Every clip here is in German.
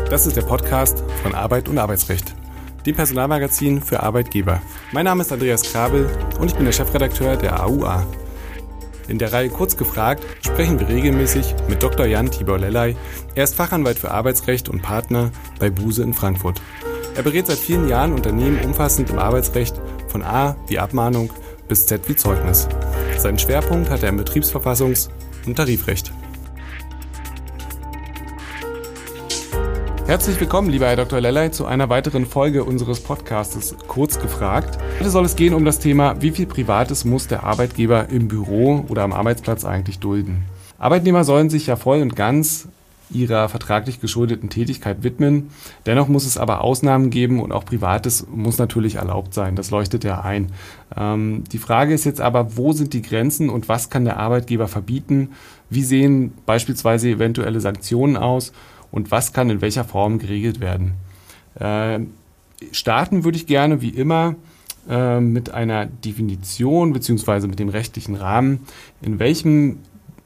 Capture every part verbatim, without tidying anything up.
Das ist der Podcast von Arbeit und Arbeitsrecht, dem Personalmagazin für Arbeitgeber. Mein Name ist Andreas Krabel und ich bin der Chefredakteur der A U A. In der Reihe Kurz gefragt sprechen wir regelmäßig mit Doktor Jan Tibor Lellay. Er ist Fachanwalt für Arbeitsrecht und Partner bei Buse in Frankfurt. Er berät seit vielen Jahren Unternehmen umfassend im Arbeitsrecht von A wie Abmahnung bis Z wie Zeugnis. Seinen Schwerpunkt hat er im Betriebsverfassungs- und Tarifrecht. Herzlich willkommen, lieber Herr Doktor Lellay, zu einer weiteren Folge unseres Podcastes Kurz gefragt. Heute soll es gehen um das Thema, wie viel Privates muss der Arbeitgeber im Büro oder am Arbeitsplatz eigentlich dulden. Arbeitnehmer sollen sich ja voll und ganz ihrer vertraglich geschuldeten Tätigkeit widmen. Dennoch muss es aber Ausnahmen geben und auch Privates muss natürlich erlaubt sein. Das leuchtet ja ein. Ähm, die Frage ist jetzt aber, wo sind die Grenzen und was kann der Arbeitgeber verbieten? Wie sehen beispielsweise eventuelle Sanktionen aus? Und was kann in welcher Form geregelt werden? Äh, starten würde ich gerne, wie immer, äh, mit einer Definition bzw. mit dem rechtlichen Rahmen. In welchem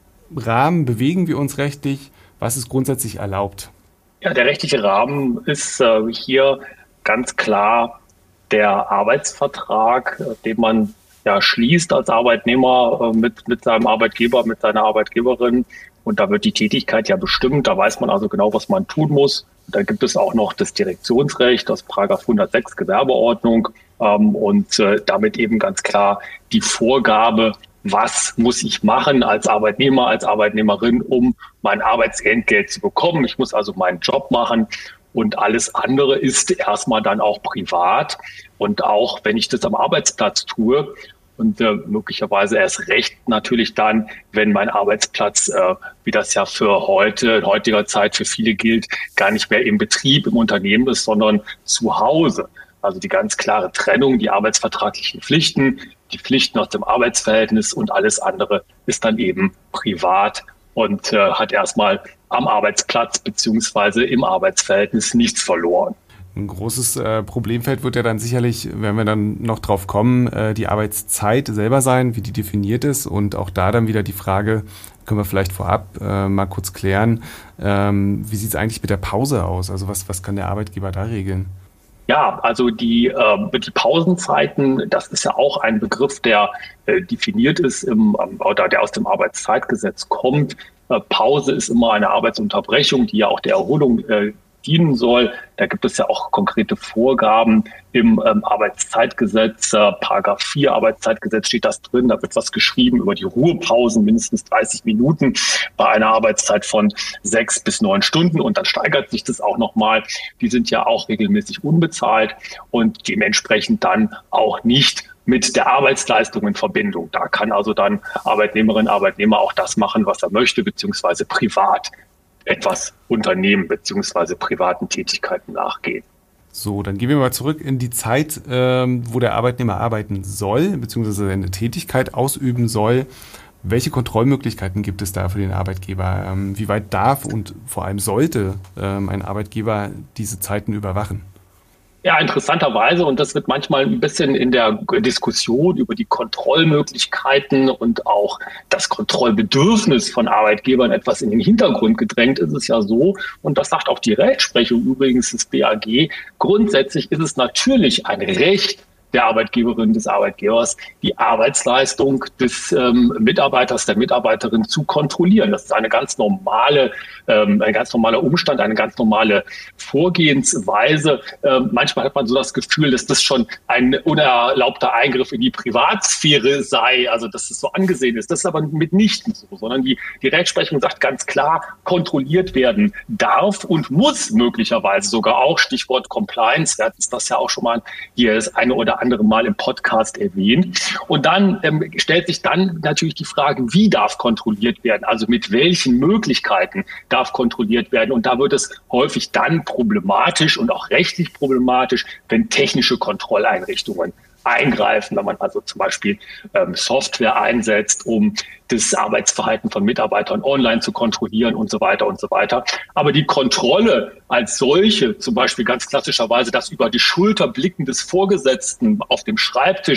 Rahmen bewegen wir uns rechtlich? Was ist grundsätzlich erlaubt? Ja, der rechtliche Rahmen ist äh, hier ganz klar der Arbeitsvertrag, äh, den man ja schließt als Arbeitnehmer äh, mit, mit seinem Arbeitgeber, mit seiner Arbeitgeberin. Und da wird die Tätigkeit ja bestimmt. Da weiß man also genau, was man tun muss. Da gibt es auch noch das Direktionsrecht, das Paragraph hundertsechs Gewerbeordnung ähm, und äh, damit eben ganz klar die Vorgabe, was muss ich machen als Arbeitnehmer, als Arbeitnehmerin, um mein Arbeitsentgelt zu bekommen. Ich muss also meinen Job machen und alles andere ist erstmal dann auch privat. Und auch wenn ich das am Arbeitsplatz tue, und äh, möglicherweise erst recht natürlich dann, wenn mein Arbeitsplatz, äh, wie das ja für heute, in heutiger Zeit für viele gilt, gar nicht mehr im Betrieb, im Unternehmen ist, sondern zu Hause. Also die ganz klare Trennung, die arbeitsvertraglichen Pflichten, die Pflichten aus dem Arbeitsverhältnis und alles andere ist dann eben privat und äh, hat erstmal am Arbeitsplatz beziehungsweise im Arbeitsverhältnis nichts verloren. Ein großes äh, Problemfeld wird ja dann sicherlich, wenn wir dann noch drauf kommen, äh, die Arbeitszeit selber sein, wie die definiert ist. Und auch da dann wieder die Frage, können wir vielleicht vorab äh, mal kurz klären, ähm, wie sieht es eigentlich mit der Pause aus? Also was, was kann der Arbeitgeber da regeln? Ja, also die, äh, die Pausenzeiten, das ist ja auch ein Begriff, der äh, definiert ist im, oder der aus dem Arbeitszeitgesetz kommt. Äh, Pause ist immer eine Arbeitsunterbrechung, die ja auch der Erholung äh, dienen soll. Da gibt es ja auch konkrete Vorgaben im ähm, Arbeitszeitgesetz, äh, Paragraph vier Arbeitszeitgesetz steht das drin. Da wird was geschrieben über die Ruhepausen, mindestens dreißig Minuten bei einer Arbeitszeit von sechs bis neun Stunden. Und dann steigert sich das auch nochmal. Die sind ja auch regelmäßig unbezahlt und dementsprechend dann auch nicht mit der Arbeitsleistung in Verbindung. Da kann also dann Arbeitnehmerin, Arbeitnehmer auch das machen, was er möchte, beziehungsweise privat etwas unternehmen beziehungsweise privaten Tätigkeiten nachgehen. So, dann gehen wir mal zurück in die Zeit, ähm, wo der Arbeitnehmer arbeiten soll, beziehungsweise seine Tätigkeit ausüben soll. Welche Kontrollmöglichkeiten gibt es da für den Arbeitgeber? Ähm, wie weit darf und vor allem sollte ähm, ein Arbeitgeber diese Zeiten überwachen? Ja, interessanterweise, und das wird manchmal ein bisschen in der Diskussion über die Kontrollmöglichkeiten und auch das Kontrollbedürfnis von Arbeitgebern etwas in den Hintergrund gedrängt, ist es ja so, und das sagt auch die Rechtsprechung übrigens des B A G, grundsätzlich ist es natürlich ein Recht der Arbeitgeberin, des Arbeitgebers, die Arbeitsleistung des ähm, Mitarbeiters, der Mitarbeiterin zu kontrollieren. Das ist eine ganz normale, ähm, ein ganz normaler Umstand, eine ganz normale Vorgehensweise. Ähm, manchmal hat man so das Gefühl, dass das schon ein unerlaubter Eingriff in die Privatsphäre sei, also dass es so angesehen ist. Das ist aber mitnichten so, sondern die, die Rechtsprechung sagt ganz klar, kontrolliert werden darf und muss möglicherweise sogar auch, Stichwort Compliance, wir hatten das ja auch schon mal hier das eine oder andere Mal im Podcast erwähnt. Und dann ähm, stellt sich dann natürlich die Frage, wie darf kontrolliert werden? Also mit welchen Möglichkeiten darf kontrolliert werden? Und da wird es häufig dann problematisch und auch rechtlich problematisch, wenn technische Kontrolleinrichtungen eingreifen, wenn man also zum Beispiel ähm, Software einsetzt, um das Arbeitsverhalten von Mitarbeitern online zu kontrollieren und so weiter und so weiter. Aber die Kontrolle als solche, zum Beispiel ganz klassischerweise das über die Schulter blicken des Vorgesetzten auf dem Schreibtisch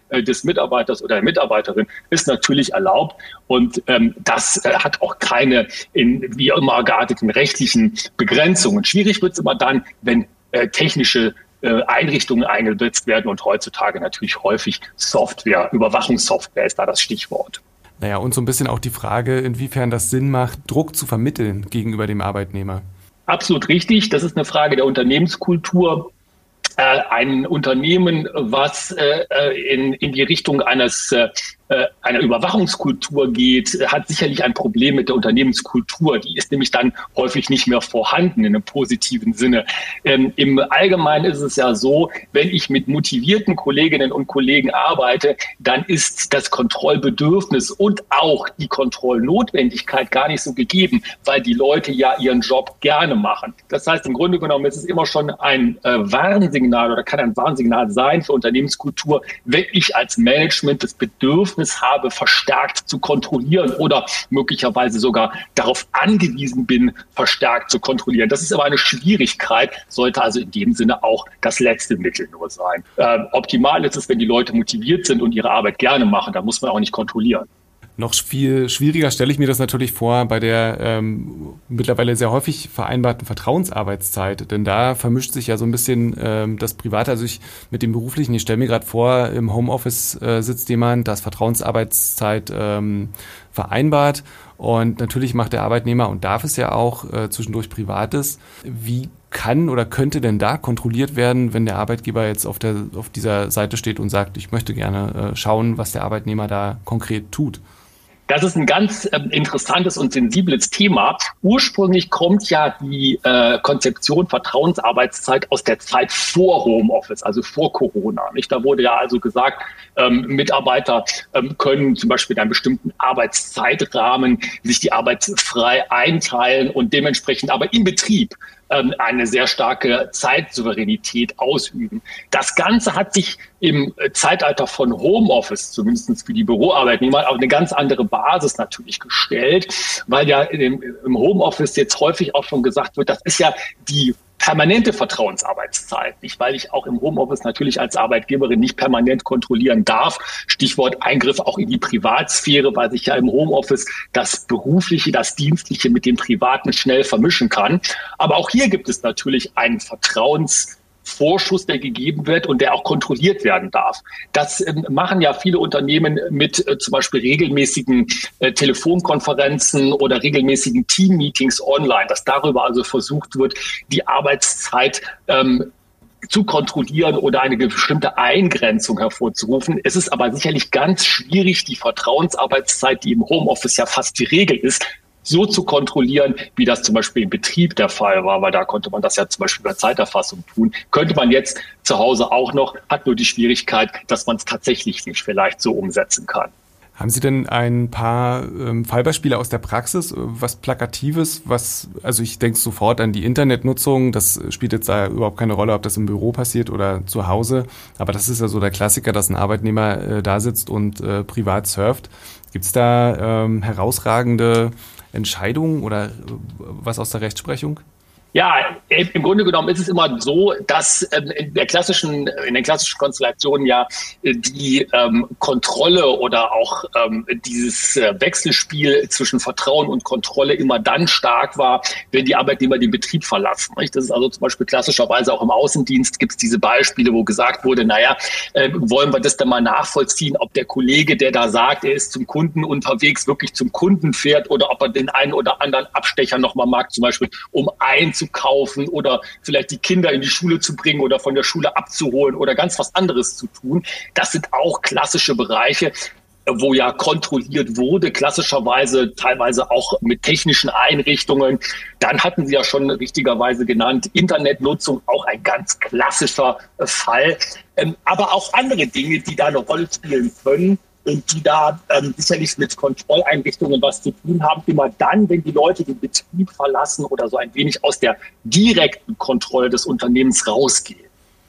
äh, des Mitarbeiters oder der Mitarbeiterin ist natürlich erlaubt. Und ähm, das äh, hat auch keine in wie immer gearteten rechtlichen Begrenzungen. Schwierig wird es immer dann, wenn äh, technische äh, Einrichtungen eingesetzt werden und heutzutage natürlich häufig Software, Überwachungssoftware ist da das Stichwort. Naja, und so ein bisschen auch die Frage, inwiefern das Sinn macht, Druck zu vermitteln gegenüber dem Arbeitnehmer. Absolut richtig. Das ist eine Frage der Unternehmenskultur. Äh, ein Unternehmen, was äh, in, in die Richtung eines äh, einer Überwachungskultur geht, hat sicherlich ein Problem mit der Unternehmenskultur. Die ist nämlich dann häufig nicht mehr vorhanden in einem positiven Sinne. Ähm, Im Allgemeinen ist es ja so, wenn ich mit motivierten Kolleginnen und Kollegen arbeite, dann ist das Kontrollbedürfnis und auch die Kontrollnotwendigkeit gar nicht so gegeben, weil die Leute ja ihren Job gerne machen. Das heißt, im Grunde genommen ist es immer schon ein äh, Warnsignal oder kann ein Warnsignal sein für Unternehmenskultur, wenn ich als Management das Bedürfnis habe, verstärkt zu kontrollieren oder möglicherweise sogar darauf angewiesen bin, verstärkt zu kontrollieren. Das ist aber eine Schwierigkeit, sollte also in dem Sinne auch das letzte Mittel nur sein. Äh, optimal ist es, wenn die Leute motiviert sind und ihre Arbeit gerne machen, da muss man auch nicht kontrollieren. Noch viel schwieriger stelle ich mir das natürlich vor bei der ähm, mittlerweile sehr häufig vereinbarten Vertrauensarbeitszeit, denn da vermischt sich ja so ein bisschen ähm, das Private, also ich mit dem Beruflichen, ich stelle mir gerade vor, im Homeoffice äh, sitzt jemand, das Vertrauensarbeitszeit ähm, vereinbart und natürlich macht der Arbeitnehmer und darf es ja auch äh, zwischendurch Privates. Wie kann oder könnte denn da kontrolliert werden, wenn der Arbeitgeber jetzt auf der auf dieser Seite steht und sagt, ich möchte gerne äh, schauen, was der Arbeitnehmer da konkret tut? Das ist ein ganz äh, interessantes und sensibles Thema. Ursprünglich kommt ja die äh, Konzeption Vertrauensarbeitszeit aus der Zeit vor Homeoffice, also vor Corona. Nicht? Da wurde ja also gesagt, ähm, Mitarbeiter ähm, können zum Beispiel in einem bestimmten Arbeitszeitrahmen sich die Arbeit frei einteilen und dementsprechend aber im Betrieb eine sehr starke Zeitsouveränität ausüben. Das Ganze hat sich im Zeitalter von Homeoffice, zumindest für die Büroarbeitnehmer, auf eine ganz andere Basis natürlich gestellt, weil ja im Homeoffice jetzt häufig auch schon gesagt wird, das ist ja die permanente Vertrauensarbeitszeit, nicht, weil ich auch im Homeoffice natürlich als Arbeitgeberin nicht permanent kontrollieren darf. Stichwort Eingriff auch in die Privatsphäre, weil sich ja im Homeoffice das Berufliche, das Dienstliche mit dem Privaten schnell vermischen kann. Aber auch hier gibt es natürlich einen Vertrauens Vorschuss, der gegeben wird und der auch kontrolliert werden darf. Das ähm, machen ja viele Unternehmen mit äh, zum Beispiel regelmäßigen äh, Telefonkonferenzen oder regelmäßigen Team-Meetings online, dass darüber also versucht wird, die Arbeitszeit ähm, zu kontrollieren oder eine bestimmte Eingrenzung hervorzurufen. Es ist aber sicherlich ganz schwierig, die Vertrauensarbeitszeit, die im Homeoffice ja fast die Regel ist, so zu kontrollieren, wie das zum Beispiel im Betrieb der Fall war, weil da konnte man das ja zum Beispiel bei Zeiterfassung tun. Könnte man jetzt zu Hause auch noch, hat nur die Schwierigkeit, dass man es tatsächlich nicht vielleicht so umsetzen kann. Haben Sie denn ein paar ähm, Fallbeispiele aus der Praxis, was Plakatives, was, also ich denke sofort an die Internetnutzung, das spielt jetzt da überhaupt keine Rolle, ob das im Büro passiert oder zu Hause, aber das ist ja so der Klassiker, dass ein Arbeitnehmer äh, da sitzt und äh, privat surft. Gibt es da ähm, herausragende Entscheidungen oder äh, was aus der Rechtsprechung? Ja, im Grunde genommen ist es immer so, dass in der klassischen, in den klassischen Konstellationen ja die ähm, Kontrolle oder auch ähm, dieses Wechselspiel zwischen Vertrauen und Kontrolle immer dann stark war, wenn die Arbeitnehmer den Betrieb verlassen. Nicht? Das ist also zum Beispiel klassischerweise auch im Außendienst gibt es diese Beispiele, wo gesagt wurde, naja, äh, wollen wir das denn mal nachvollziehen, ob der Kollege, der da sagt, er ist zum Kunden unterwegs, wirklich zum Kunden fährt oder ob er den einen oder anderen Abstecher nochmal mag, zum Beispiel um ein zu kaufen oder vielleicht die Kinder in die Schule zu bringen oder von der Schule abzuholen oder ganz was anderes zu tun. Das sind auch klassische Bereiche, wo ja kontrolliert wurde, klassischerweise teilweise auch mit technischen Einrichtungen. Dann hatten Sie ja schon richtigerweise genannt, Internetnutzung, auch ein ganz klassischer Fall. Aber auch andere Dinge, die da eine Rolle spielen können. Und die da ähm, sicherlich mit Kontrolleinrichtungen was zu tun haben, immer dann, wenn die Leute den Betrieb verlassen oder so ein wenig aus der direkten Kontrolle des Unternehmens rausgehen.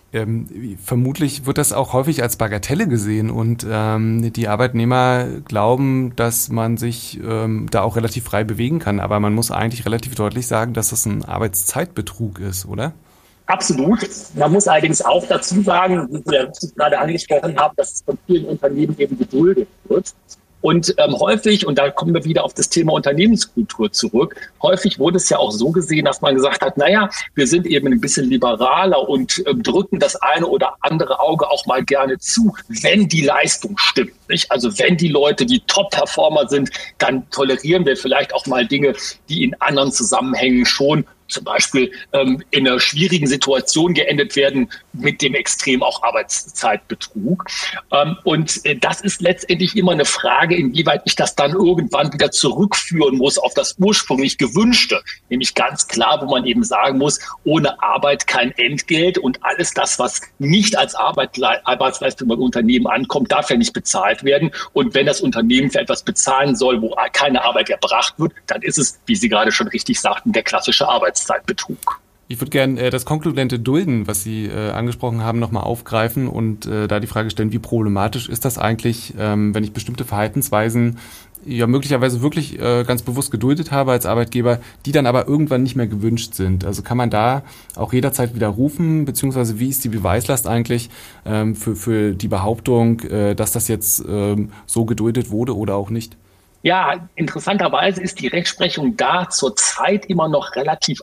Ähm, vermutlich wird das auch häufig als Bagatelle gesehen und ähm, die Arbeitnehmer glauben, dass man sich ähm, da auch relativ frei bewegen kann. Aber man muss eigentlich relativ deutlich sagen, dass das ein Arbeitszeitbetrug ist, oder? Absolut. Man muss allerdings auch dazu sagen, wie Sie ja gerade angesprochen haben, dass es von vielen Unternehmen eben geduldet wird. Und ähm, häufig, und da kommen wir wieder auf das Thema Unternehmenskultur zurück, häufig wurde es ja auch so gesehen, dass man gesagt hat, naja, wir sind eben ein bisschen liberaler und ähm, drücken das eine oder andere Auge auch mal gerne zu, wenn die Leistung stimmt. Nicht? Also wenn die Leute die Top-Performer sind, dann tolerieren wir vielleicht auch mal Dinge, die in anderen Zusammenhängen schon zum Beispiel ähm, in einer schwierigen Situation geendet werden mit dem Extrem auch Arbeitszeitbetrug. Ähm, und äh, das ist letztendlich immer eine Frage, inwieweit ich das dann irgendwann wieder zurückführen muss auf das ursprünglich Gewünschte. Nämlich ganz klar, wo man eben sagen muss, ohne Arbeit kein Entgelt und alles das, was nicht als Arbeit, Arbeitsleistung beim Unternehmen ankommt, darf ja nicht bezahlt werden. Und wenn das Unternehmen für etwas bezahlen soll, wo keine Arbeit erbracht wird, dann ist es, wie Sie gerade schon richtig sagten, der klassische Arbeitszeitbetrug. Zeitbetrug. Ich würde gerne äh, das konkludente Dulden, was Sie äh, angesprochen haben, nochmal aufgreifen und äh, da die Frage stellen, wie problematisch ist das eigentlich, ähm, wenn ich bestimmte Verhaltensweisen ja möglicherweise wirklich äh, ganz bewusst geduldet habe als Arbeitgeber, die dann aber irgendwann nicht mehr gewünscht sind. Also kann man da auch jederzeit widerrufen, beziehungsweise wie ist die Beweislast eigentlich ähm, für, für die Behauptung, äh, dass das jetzt ähm, so geduldet wurde oder auch nicht? Ja, interessanterweise ist die Rechtsprechung da zurzeit immer noch relativ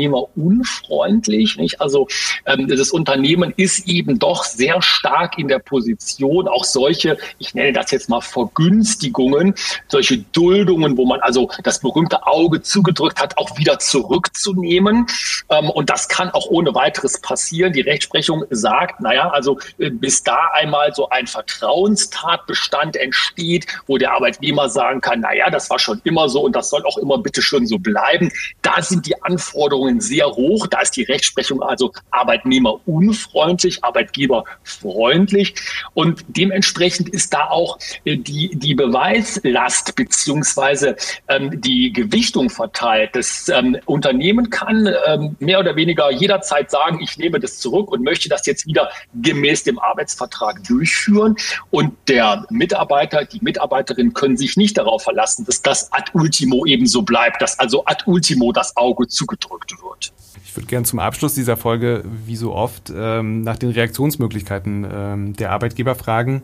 arbeitnehmerunfreundlich, nicht? Also ähm, das Unternehmen ist eben doch sehr stark in der Position, auch solche, ich nenne das jetzt mal Vergünstigungen, solche Duldungen, wo man also das berühmte Auge zugedrückt hat, auch wieder zurückzunehmen. Ähm, und das kann auch ohne weiteres passieren. Die Rechtsprechung sagt, naja, also äh, bis da einmal so ein Vertrauenstatbestand entsteht, wo der Arbeitnehmer sagen kann, naja, das war schon immer so und das soll auch immer bitte schön so bleiben. Da sind die Anforderungen sehr hoch. Da ist die Rechtsprechung also arbeitnehmerunfreundlich, arbeitgeberfreundlich. Und dementsprechend ist da auch äh, die, die Beweislast beziehungsweise ähm, die Gewichtung verteilt. Das ähm, Unternehmen kann ähm, mehr oder weniger jederzeit sagen, ich nehme das zurück und möchte das jetzt wieder gemäß dem Arbeitsvertrag durchführen. Und der Mitarbeiter, die Mitarbeiterin können sich nicht darauf verlassen, dass das ad ultimo eben so bleibt, dass also ad ultimo das Auge zugedrückt wird. Ich würde gerne zum Abschluss dieser Folge, wie so oft, ähm, nach den Reaktionsmöglichkeiten ähm, der Arbeitgeber fragen.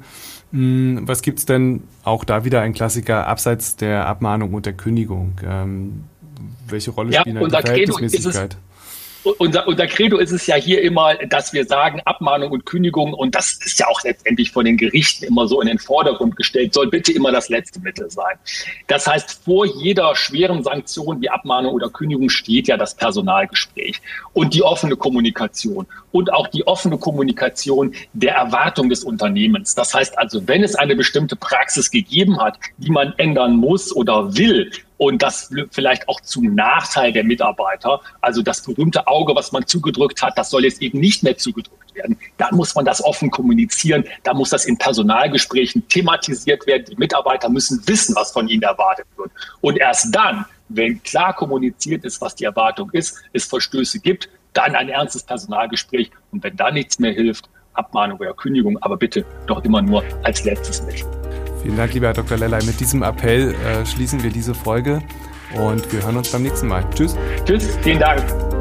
Hm, was gibt es denn auch da wieder ein Klassiker abseits der Abmahnung und der Kündigung? Ähm, welche Rolle ja, spielt die Verhältnismäßigkeit? Unser, unser Credo ist es ja hier immer, dass wir sagen, Abmahnung und Kündigung, und das ist ja auch letztendlich von den Gerichten immer so in den Vordergrund gestellt, soll bitte immer das letzte Mittel sein. Das heißt, vor jeder schweren Sanktion wie Abmahnung oder Kündigung steht ja das Personalgespräch und die offene Kommunikation und auch die offene Kommunikation der Erwartung des Unternehmens. Das heißt also, wenn es eine bestimmte Praxis gegeben hat, die man ändern muss oder will, und das vielleicht auch zum Nachteil der Mitarbeiter, also das berühmte Auge, was man zugedrückt hat, das soll jetzt eben nicht mehr zugedrückt werden. Da muss man das offen kommunizieren, da muss das in Personalgesprächen thematisiert werden. Die Mitarbeiter müssen wissen, was von ihnen erwartet wird. Und erst dann, wenn klar kommuniziert ist, was die Erwartung ist, es Verstöße gibt, dann ein ernstes Personalgespräch. Und wenn da nichts mehr hilft, Abmahnung oder Kündigung, aber bitte doch immer nur als letztes Mittel. Vielen Dank, lieber Herr Doktor Lellay. Mit diesem Appell äh, schließen wir diese Folge und wir hören uns beim nächsten Mal. Tschüss. Tschüss, vielen Dank.